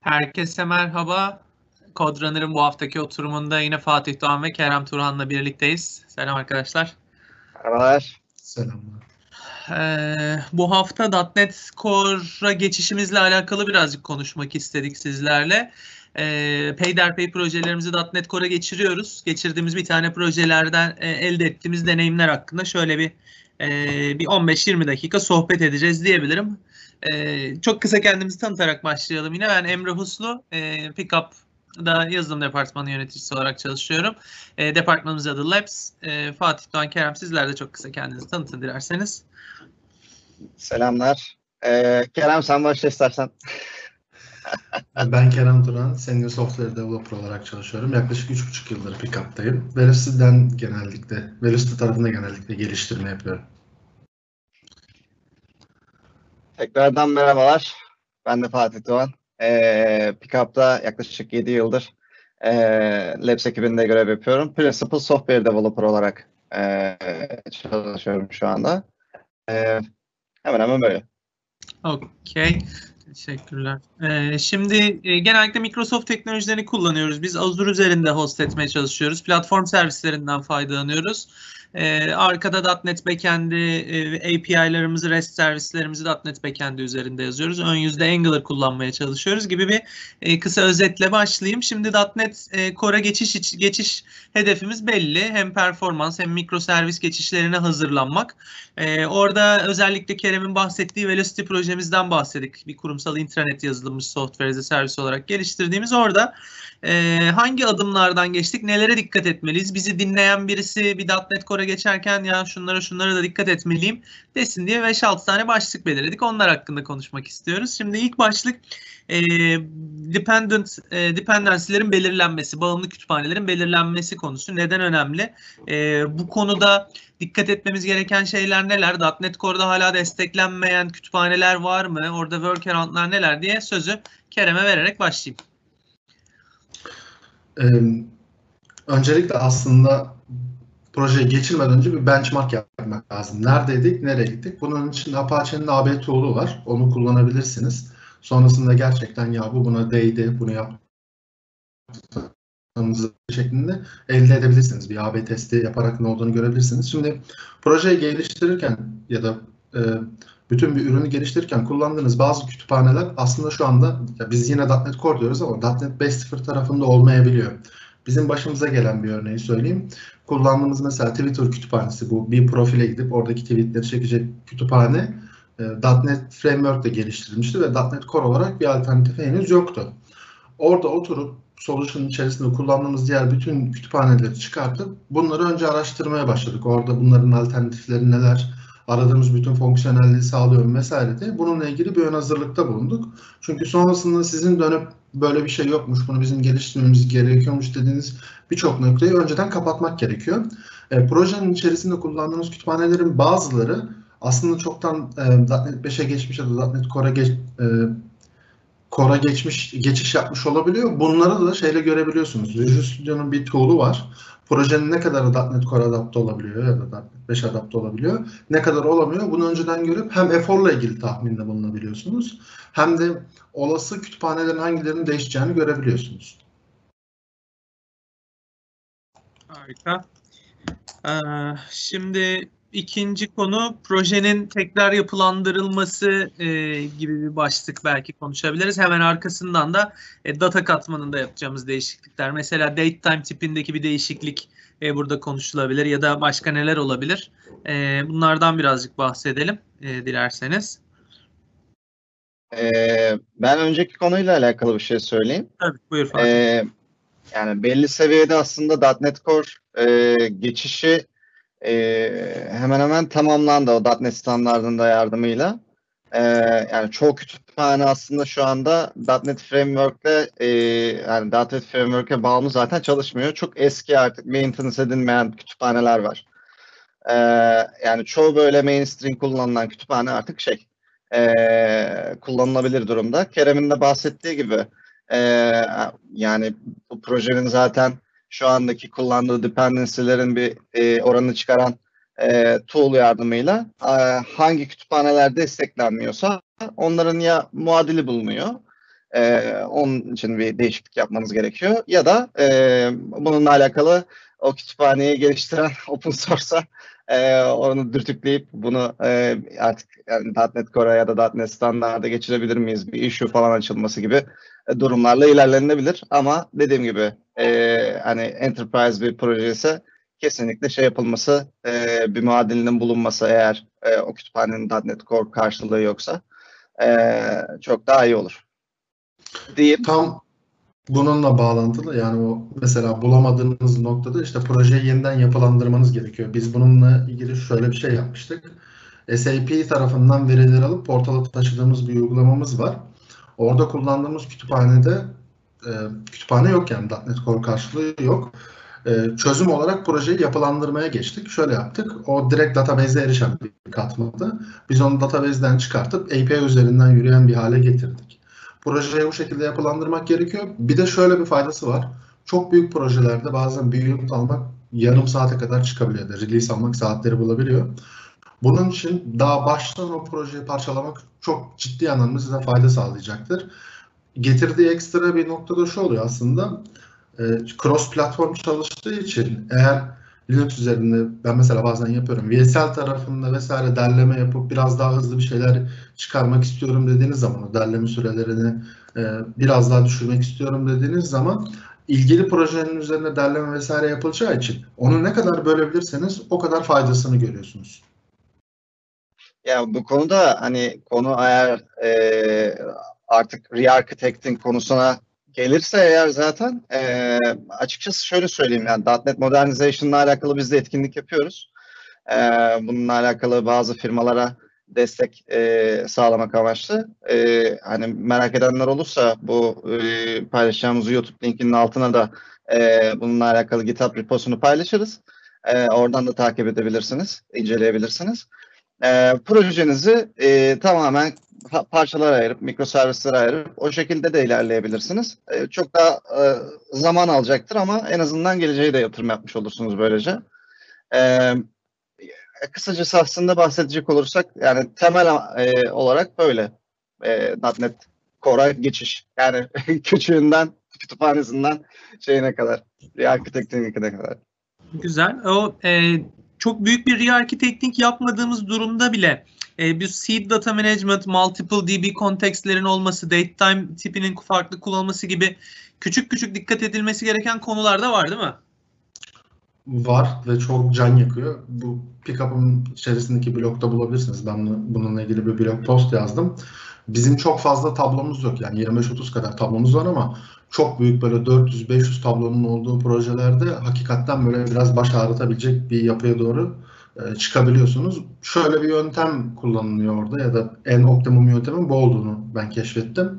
Herkese merhaba. Coderunner'ın bu haftaki oturumunda yine Fatih Doğan ve Kerem Turhan'la birlikteyiz. Selam arkadaşlar. Merhabalar. Selamlar. Bu hafta .NET Core'a geçişimizle alakalı birazcık konuşmak istedik sizlerle. Peyderpey projelerimizi .NET Core'a geçiriyoruz. Geçirdiğimiz bir tane projelerden elde ettiğimiz deneyimler hakkında şöyle bir 15-20 dakika sohbet edeceğiz diyebilirim. Çok kısa kendimizi tanıtarak başlayalım yine. Ben Emre Huslu, Pickup'da yazılım departmanı yöneticisi olarak çalışıyorum. Departmanımız adı Labs. Fatih Doğan, Kerem, sizler de çok kısa kendinizi tanıtın dilerseniz. Selamlar. Kerem sen başla istersen. Ben Kerem Turan, Senior Software Developer olarak çalışıyorum. Yaklaşık 3,5 yıldır Pickup'tayım. Velocity tarafında genellikle geliştirme yapıyorum. Tekrardan merhabalar. Ben de Fatih Doğan. Pickup'ta yaklaşık 7 yıldır Labs ekibinde görev yapıyorum. Principal Software Developer olarak çalışıyorum şu anda. Hemen hemen böyle. Okey. Teşekkürler. Şimdi genellikle Microsoft teknolojilerini kullanıyoruz. Biz Azure üzerinde host etmeye çalışıyoruz. Platform servislerinden faydalanıyoruz. Arkada .NET Backend'i, API'larımızı, REST servislerimizi .NET Backend'i üzerinde yazıyoruz. Ön yüzde Angular kullanmaya çalışıyoruz gibi bir kısa özetle başlayayım. Şimdi .NET Core'a geçiş hedefimiz belli. Hem performans hem mikroservis geçişlerine hazırlanmak. Orada özellikle Kerem'in bahsettiği Velocity projemizden bahsettik. Bir kurumsal intranet yazılımımız software as a service olarak geliştirdiğimiz orada hangi adımlardan geçtik, nelere dikkat etmeliyiz? Bizi dinleyen birisi bir .NET Core'a geçerken ya şunlara da dikkat etmeliyim desin diye 5-6 tane başlık belirledik. Onlar hakkında konuşmak istiyoruz. Şimdi ilk başlık dependency'lerin belirlenmesi, bağımlı kütüphanelerin belirlenmesi konusu. Neden önemli? Bu konuda dikkat etmemiz gereken şeyler neler? .NET Core'da hala desteklenmeyen kütüphaneler var mı? Orada workaround'lar neler diye sözü Kerem'e vererek başlayayım. Öncelikle aslında projeye geçirmeden önce bir benchmark yapmak lazım. Neredeydik, nereye gittik? Bunun için Apache'nin AB tool'u var. Onu kullanabilirsiniz. Sonrasında gerçekten ya bu buna değdi, bunu yaptığımız şeklinde elde edebilirsiniz. Bir AB testi yaparak ne olduğunu görebilirsiniz. Şimdi projeyi geliştirirken ya da bütün bir ürünü geliştirirken kullandığınız bazı kütüphaneler aslında şu anda biz yine .NET Core diyoruz ama .NET 5.0 tarafında olmayabiliyor. Bizim başımıza gelen bir örneği söyleyeyim. Kullandığımız mesela Twitter kütüphanesi, bu bir profile gidip oradaki tweetleri çekecek kütüphane .NET Framework'te geliştirilmişti ve .NET Core olarak bir alternatifi henüz yoktu. Orada oturup solution'ın içerisinde kullandığımız diğer bütün kütüphaneleri çıkartıp bunları önce araştırmaya başladık. Orada bunların alternatifleri neler, aradığımız bütün fonksiyonelliği sağlıyor mu vesaire diye bununla ilgili bir ön hazırlıkta bulunduk. Çünkü sonrasında sizin dönüp böyle bir şey yokmuş, bunu bizim geliştirmemiz gerekiyormuş dediğiniz birçok noktayı önceden kapatmak gerekiyor. Projenin içerisinde kullandığımız kütüphanelerin bazıları aslında çoktan .NET 5'e geçmiş ya da .NET Core'a geçiş yapmış olabiliyor. Bunları da şeyle görebiliyorsunuz. Visual Studio'nun bir tool'u var. Projenin ne kadar .NET Core adapte olabiliyor ya da .NET 5 adapte olabiliyor, ne kadar olamıyor bunu önceden görüp hem eforla ilgili tahminde bulunabiliyorsunuz hem de olası kütüphanelerin hangilerinin değişeceğini görebiliyorsunuz. Harika. Şimdi ikinci konu projenin tekrar yapılandırılması gibi bir başlık belki konuşabiliriz. Hemen arkasından da data katmanında yapacağımız değişiklikler. Mesela datetime tipindeki bir değişiklik burada konuşulabilir ya da başka neler olabilir? Bunlardan birazcık bahsedelim dilerseniz. Ben önceki konuyla alakalı bir şey söyleyeyim. Tabii, buyur Fatih. Yani belli seviyede aslında .NET Core geçişi hemen hemen tamamlandı o .NET standardında yardımıyla. Yani çoğu kütüphane aslında şu anda .NET Framework'le yani .NET Framework'e bağımlı zaten çalışmıyor. Çok eski artık maintenance edilmeyen kütüphaneler var. Yani çoğu böyle mainstream kullanılan kütüphane artık kullanılabilir durumda. Kerem'in de bahsettiği gibi yani bu projenin zaten şu andaki kullandığı dependency'lerin bir oranını çıkaran tool yardımıyla hangi kütüphaneler desteklenmiyorsa onların ya muadili bulunuyor Onun için bir değişiklik yapmanız gerekiyor. Ya da bununla alakalı o kütüphaneyi geliştiren open source'a onu dürtükleyip bunu artık yani .NET Core ya da .NET Standard'a geçirebilir miyiz? Bir issue falan açılması gibi durumlarla ilerlenebilir. Ama dediğim gibi hani enterprise bir proje ise kesinlikle şey yapılması, bir muadilinin bulunması eğer o kütüphanenin .NET Core karşılığı yoksa çok daha iyi olur deyip Tam bununla bağlantılı, yani o mesela bulamadığınız noktada işte projeyi yeniden yapılandırmanız gerekiyor. Biz bununla ilgili şöyle bir şey yapmıştık. SAP tarafından verileri alıp portala taşıdığımız bir uygulamamız var. Orada kullandığımız kütüphanede kütüphane yok, yani .NET Core karşılığı yok. Çözüm olarak projeyi yapılandırmaya geçtik. Şöyle yaptık. O direkt database'e erişen bir katmandı. Biz onu database'den çıkartıp API üzerinden yürüyen bir hale getirdik. Projeyi bu şekilde yapılandırmak gerekiyor. Bir de şöyle bir faydası var. Çok büyük projelerde bazen bir unit almak yarım saate kadar çıkabiliyor. Release almak saatleri bulabiliyor. Bunun için daha baştan o projeyi parçalamak çok ciddi anlamda size fayda sağlayacaktır. Getirdiği ekstra bir noktada şu oluyor aslında. Cross platform çalıştığı için eğer Linux üzerinde ben mesela bazen yapıyorum. VSL tarafında vesaire derleme yapıp biraz daha hızlı bir şeyler çıkarmak istiyorum dediğiniz zaman, o derleme sürelerini biraz daha düşürmek istiyorum dediğiniz zaman ilgili projenin üzerinde derleme vesaire yapılacağı için onu ne kadar bölebilirseniz o kadar faydasını görüyorsunuz. ya bu konuda hani konu eğer artık re-architecting konusuna gelirse eğer zaten açıkçası şöyle söyleyeyim, yani .NET Modernization ile alakalı biz de etkinlik yapıyoruz. Bununla alakalı bazı firmalara destek sağlamak amaçlı. Hani merak edenler olursa bu paylaşacağımız YouTube linkinin altına da bununla alakalı GitHub reposunu paylaşırız. Oradan da takip edebilirsiniz, inceleyebilirsiniz. Projenizi tamamen parçalara ayırıp, mikroservislere ayırıp o şekilde de ilerleyebilirsiniz. Çok daha zaman alacaktır ama en azından geleceğe de yatırım yapmış olursunuz böylece. Kısacası aslında bahsedecek olursak yani temel olarak böyle .NET Core'a geçiş. Yani küçüğünden, kütüphanesinden şeyine kadar, re-architecting'ine kadar. Güzel. O çok büyük bir re-architecting yapmadığımız durumda bile bir seed data management, multiple DB kontekstlerin olması, datetime tipinin farklı kullanılması gibi küçük küçük dikkat edilmesi gereken konular da var değil mi? Var ve çok can yakıyor. Bu pick-up'ın içerisindeki blogda bulabilirsiniz. Ben bununla ilgili bir blog post yazdım. Bizim çok fazla tablomuz yok. Yani 25-30 kadar tablomuz var ama çok büyük böyle 400-500 tablonun olduğu projelerde hakikaten böyle biraz baş ağrıtabilecek bir yapıya doğru çıkabiliyorsunuz. Şöyle bir yöntem kullanılıyor orada ya da en optimum yöntemin bu olduğunu ben keşfettim.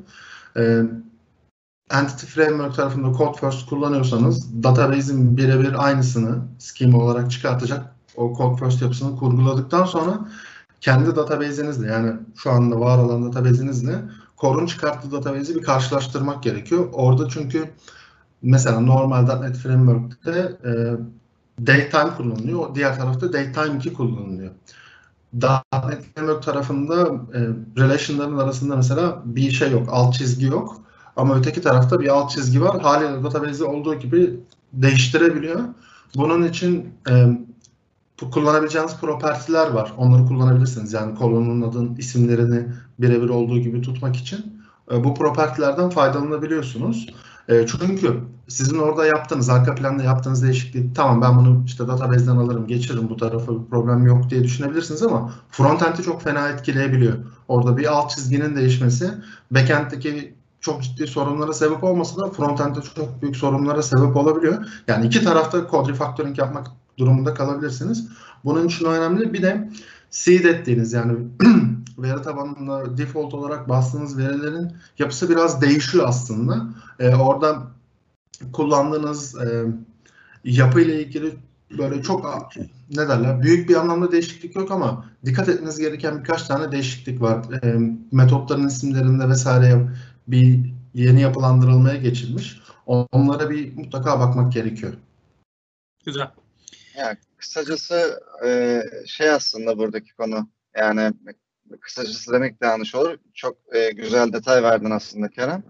Entity Framework tarafında Code First kullanıyorsanız database'in birebir aynısını schema olarak çıkartacak o Code First yapısını kurguladıktan sonra kendi database'inizle, yani şu anda var olan database'inizle Core'un çıkarttığı database'i bir karşılaştırmak gerekiyor. Orada çünkü mesela normal .NET Framework'te datetime kullanılıyor. Diğer tarafta datetime 2 kullanılıyor. .NET Framework tarafında relation'ların arasında mesela bir şey yok, alt çizgi yok. Ama öteki tarafta bir alt çizgi var. Haliyle database'de olduğu gibi değiştirebiliyor. Bunun için kullanabileceğiniz propertiler var. Onları kullanabilirsiniz. Yani kolonun adının isimlerini birebir olduğu gibi tutmak için bu propertilerden faydalanabiliyorsunuz. Çünkü sizin orada yaptığınız, arka planda yaptığınız değişiklik, tamam ben bunu işte database'den alırım, geçiririm, bu tarafa bir problem yok diye düşünebilirsiniz ama frontend'i çok fena etkileyebiliyor. Orada bir alt çizginin değişmesi backend'deki çok ciddi sorunlara sebep olmasa da frontend'de çok büyük sorunlara sebep olabiliyor. Yani iki tarafta code refactoring yapmak durumunda kalabilirsiniz. Bunun için önemli. Bir de seed ettiğiniz, yani veri tabanında default olarak bastığınız verilerin yapısı biraz değişiyor aslında. Orada kullandığınız yapıyla ilgili böyle çok ne derler, büyük bir anlamda değişiklik yok ama dikkat etmeniz gereken birkaç tane değişiklik var. Metotların isimlerinde vesaire bir yeni yapılandırılmaya geçilmiş. Onlara bir mutlaka bakmak gerekiyor. Güzel. Yani kısacası şey aslında buradaki konu, yani kısacası demek de yanlış olur. Çok güzel detay verdin aslında Kerem.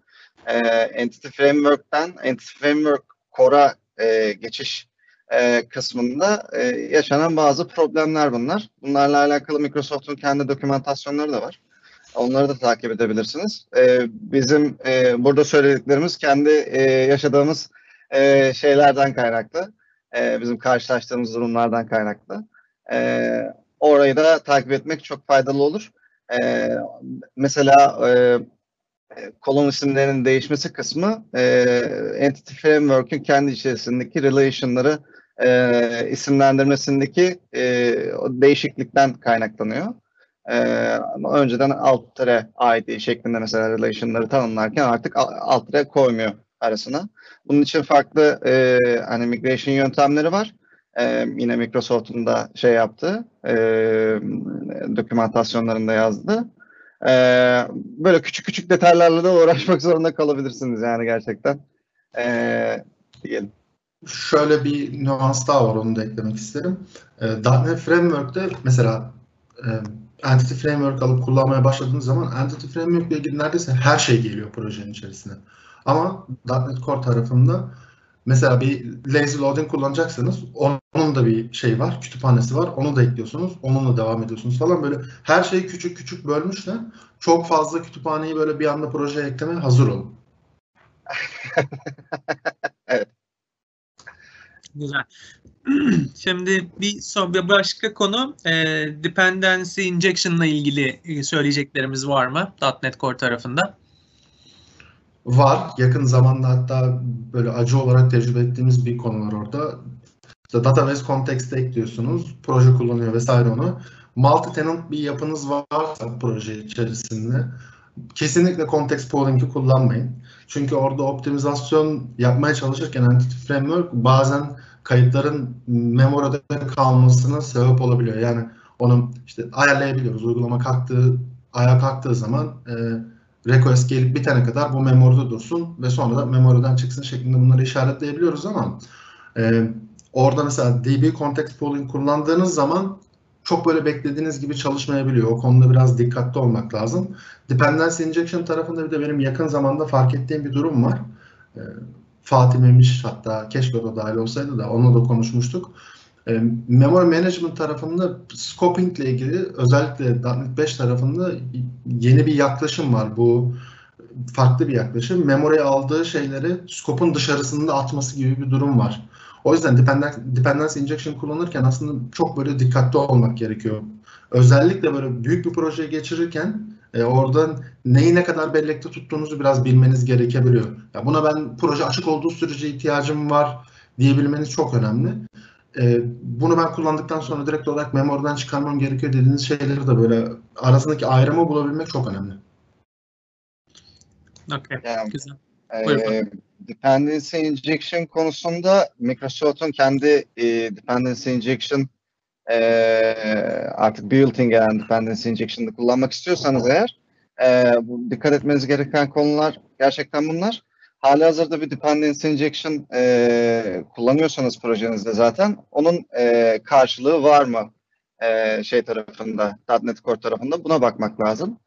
Entity Framework'ten Entity Framework Core'a geçiş kısmında yaşanan bazı problemler bunlar. Bunlarla alakalı Microsoft'un kendi dokümantasyonları da var. Onları da takip edebilirsiniz. Bizim burada söylediklerimiz kendi yaşadığımız şeylerden kaynaklı. Bizim karşılaştığımız durumlardan kaynaklı. Orayı da takip etmek çok faydalı olur. Mesela kolon isimlerinin değişmesi kısmı Entity Framework'ün kendi içerisindeki relation'ları isimlendirmesindeki o değişiklikten kaynaklanıyor. Önceden alt-tere ID şeklinde mesela relation'ları tanımlarken artık alt-tere koymuyor arasına. Bunun için farklı hani migration yöntemleri var. Yine Microsoft'un da şey yaptığı, dokümantasyonlarında yazdı. Böyle küçük küçük detaylarla da uğraşmak zorunda kalabilirsiniz yani gerçekten. Diyelim. Şöyle bir nüans daha var, onu da eklemek isterim. .NET Framework'te mesela Entity Framework alıp kullanmaya başladığınız zaman Entity Framework ile ilgili neredeyse her şey geliyor projenin içerisine. Ama .NET Core tarafında mesela bir lazy loading kullanacaksanız onun da bir şey var, kütüphanesi var. Onu da ekliyorsunuz, onunla devam ediyorsunuz falan, böyle her şeyi küçük küçük bölmüşler. Çok fazla kütüphaneyi böyle bir anda projeye eklemeye hazır olun. Evet. Güzel. Şimdi bir başka konu dependency injection ile ilgili söyleyeceklerimiz var mı .NET Core tarafında? Var. Yakın zamanda hatta böyle acı olarak tecrübe ettiğimiz bir konu var orada. İşte database context'e ekliyorsunuz, proje kullanıyor vesaire onu. Multi-tenant bir yapınız varsa proje içerisinde kesinlikle context pooling'i kullanmayın. Çünkü orada optimizasyon yapmaya çalışırken Entity Framework bazen kayıtların memoride kalmasına sebep olabiliyor. Yani onu işte ayarlayabiliyoruz. Uygulama ayağa kalktığı zaman request gelip bitene kadar bu memoride dursun ve sonra da memoriden çıksın şeklinde bunları işaretleyebiliyoruz ama orada mesela DB Context Pooling kullandığınız zaman çok böyle beklediğiniz gibi çalışmayabiliyor. O konuda biraz dikkatli olmak lazım. Dependency Injection tarafında bir de benim yakın zamanda fark ettiğim bir durum var. Fatih Memiş, hatta keşke o da dahil olsaydı da onunla da konuşmuştuk. Memory Management tarafında scoping ile ilgili özellikle .NET 5 tarafında yeni bir yaklaşım var. Bu farklı bir yaklaşım. Memory'e aldığı şeyleri scope'un dışarısında atması gibi bir durum var. O yüzden dependency injection kullanırken aslında çok böyle dikkatli olmak gerekiyor. Özellikle böyle büyük bir proje geçirirken oradan neyi ne kadar bellekte tuttuğunuzu biraz bilmeniz gerekebiliyor. Ya buna ben proje açık olduğu sürece ihtiyacım var diyebilmeniz çok önemli. Bunu ben kullandıktan sonra direkt olarak memory'den çıkarmam gerekiyor dediğiniz şeyleri de böyle arasındaki ayrımı bulabilmek çok önemli. Okay, Yani, güzel. Dependency injection konusunda Microsoft'un kendi dependency injection artık built-in gelen dependency injection'ı kullanmak istiyorsanız eğer bu dikkat etmeniz gereken konular gerçekten bunlar. Halihazırda bir dependency injection kullanıyorsanız projenizde zaten onun karşılığı var mı şey tarafında, .NET Core tarafında, buna bakmak lazım.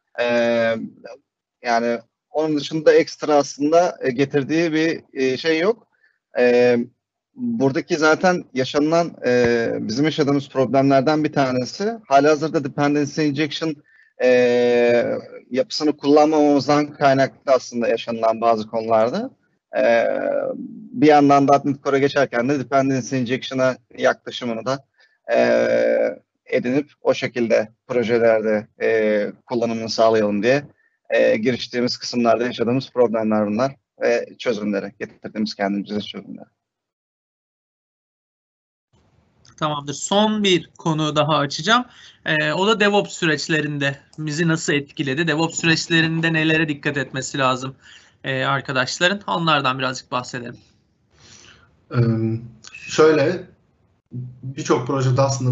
Yani onun dışında ekstra aslında getirdiği bir şey yok. Buradaki zaten yaşanılan bizim yaşadığımız problemlerden bir tanesi halihazırda dependency injection yapısını kullanmamamızdan kaynaklı aslında yaşanılan bazı konularda. Bir yandan da .NET Core'a geçerken de dependency injection'a yaklaşımını da edinip o şekilde projelerde kullanımını sağlayalım diye giriştiğimiz kısımlarda yaşadığımız problemler bunlar ve çözümlere getirdiğimiz kendimize çözümler. Tamamdır. Son bir konu daha açacağım. O da DevOps süreçlerinde bizi nasıl etkiledi? DevOps süreçlerinde nelere dikkat etmesi lazım arkadaşların? Onlardan birazcık bahsedelim. Şöyle, birçok projede aslında bu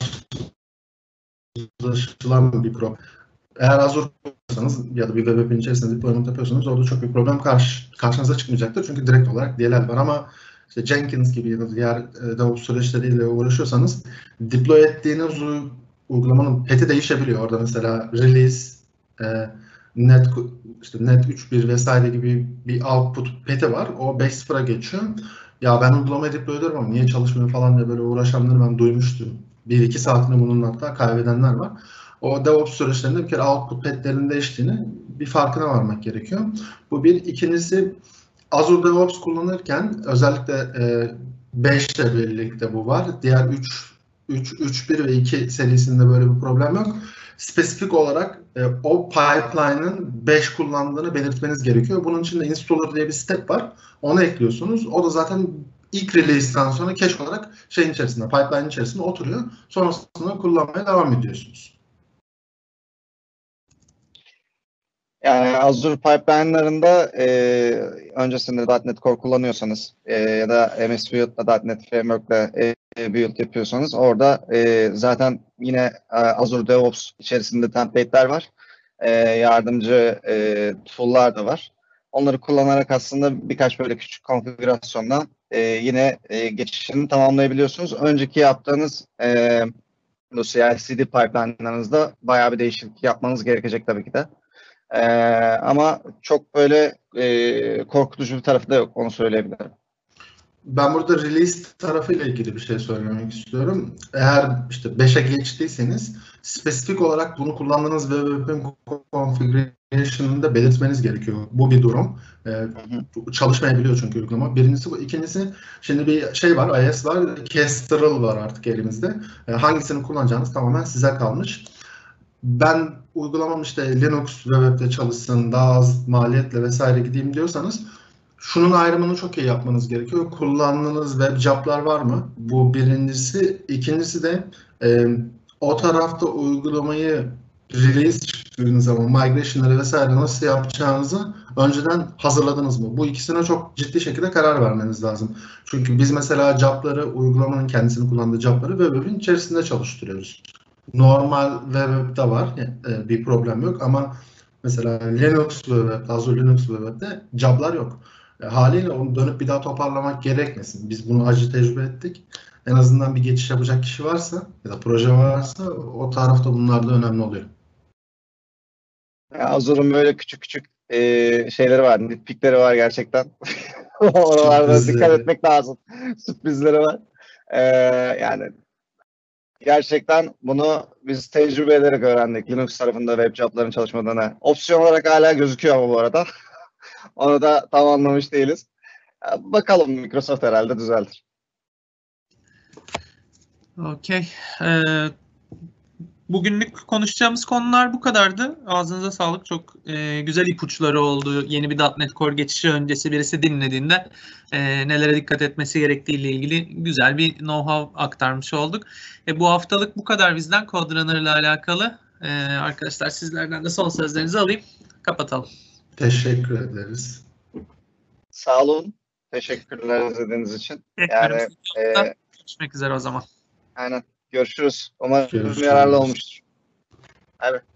karşılaşılan bir problem. Eğer Azure yapıyorsanız ya da bir web app'in içerisinde deployment yapıyorsanız orada çok bir problem karşınıza çıkmayacaktır. Çünkü direkt olarak DLL var ama işte Jenkins gibi ya da diğer DevOps süreçleriyle uğraşıyorsanız deploy ettiğiniz uygulamanın pet'i değişebiliyor. Orada mesela release, işte net 3.1 vesaire gibi bir output peti var. O 5.0'a geçiyor. Ya ben uygulamayı deploy ediyorum ama niye çalışmıyor falan diye böyle uğraşanları ben duymuştum. 1-2 saatini bunun hatta kaybedenler var. O DevOps süreçlerinde bir kere output petlerin değiştiğini bir farkına varmak gerekiyor. Bu bir. İkincisi, Azure DevOps kullanırken özellikle 5 ile birlikte bu var. Diğer 3.1 ve 2 serisinde böyle bir problem yok. Spesifik olarak o pipeline'ın 5 kullandığını belirtmeniz gerekiyor. Bunun için de installer diye bir step var. Onu ekliyorsunuz. O da zaten ilk release'den sonra cache olarak pipeline içerisinde oturuyor. Sonrasında kullanmaya devam ediyorsunuz. Yani Azure pipeline'larında öncesinde .NET Core kullanıyorsanız ya da MS Build'la .NET Framework'la build yapıyorsanız orada zaten yine Azure DevOps içerisinde template'ler var. Yardımcı tool'lar da var. Onları kullanarak aslında birkaç böyle küçük konfigürasyondan yine geçişini tamamlayabiliyorsunuz. Önceki yaptığınız CI/CD pipeline'larınızda bayağı bir değişiklik yapmanız gerekecek tabii ki de. Ama çok böyle korkutucu bir tarafı da yok, onu söyleyebilirim. Ben burada release tarafıyla ilgili bir şey söylemek istiyorum. Eğer işte 5'e geçtiyseniz spesifik olarak bunu kullandığınız web configuration'ını da belirtmeniz gerekiyor. Bu bir durum. Çalışmayabiliyor çünkü uygulama. Birincisi bu. İkincisi, şimdi bir şey var, IS var, Kestrel var artık elimizde. Hangisini kullanacağınız tamamen size kalmış. Ben uygulamam işte Linux ve web'de çalışsın, daha az maliyetle vesaire gideyim diyorsanız şunun ayrımını çok iyi yapmanız gerekiyor. Kullandığınız web job'lar var mı? Bu birincisi. İkincisi de o tarafta uygulamayı release çıktığınız zaman migration'ları vesaire nasıl yapacağınızı önceden hazırladınız mı? Bu ikisine çok ciddi şekilde karar vermeniz lazım. Çünkü biz mesela job'ları, uygulamanın kendisini kullandığı job'ları web'in içerisinde çalıştırıyoruz. Normal web'de var, bir problem yok ama mesela Linux ve web, Azure Linux ve web'de job'lar yok. Haliyle onu dönüp bir daha toparlamak gerekmesin. Biz bunu acı tecrübe ettik. En azından bir geçiş yapacak kişi varsa ya da proje varsa o tarafta bunlar da önemli oluyor. Azure'un böyle küçük küçük şeyleri var, nitpickleri var gerçekten. Oralarda dikkat etmek lazım. Sürprizleri var. Yani gerçekten bunu biz tecrübe ederek öğrendik. Linux tarafında web job'ların çalışmadığını. Opsiyon olarak hala gözüküyor ama bu arada. Onu da tam anlamış değiliz. Bakalım, Microsoft herhalde düzeltir. Okey. Bugünlük konuşacağımız konular bu kadardı. Ağzınıza sağlık. Çok güzel ipuçları oldu. Yeni bir .NET Core geçişi öncesi birisi dinlediğinde nelere dikkat etmesi gerektiğiyle ilgili güzel bir know-how aktarmış olduk. Bu haftalık bu kadar bizden CodeRunner ile alakalı. Arkadaşlar sizlerden de son sözlerinizi alayım. Kapatalım. Teşekkür ederiz. Sağ olun. Teşekkürler izlediğiniz için. Yani görüşmek üzere o zaman. aynen. Görüşürüz. Umarım Görüşürüz. yararlı olmuştur. Evet.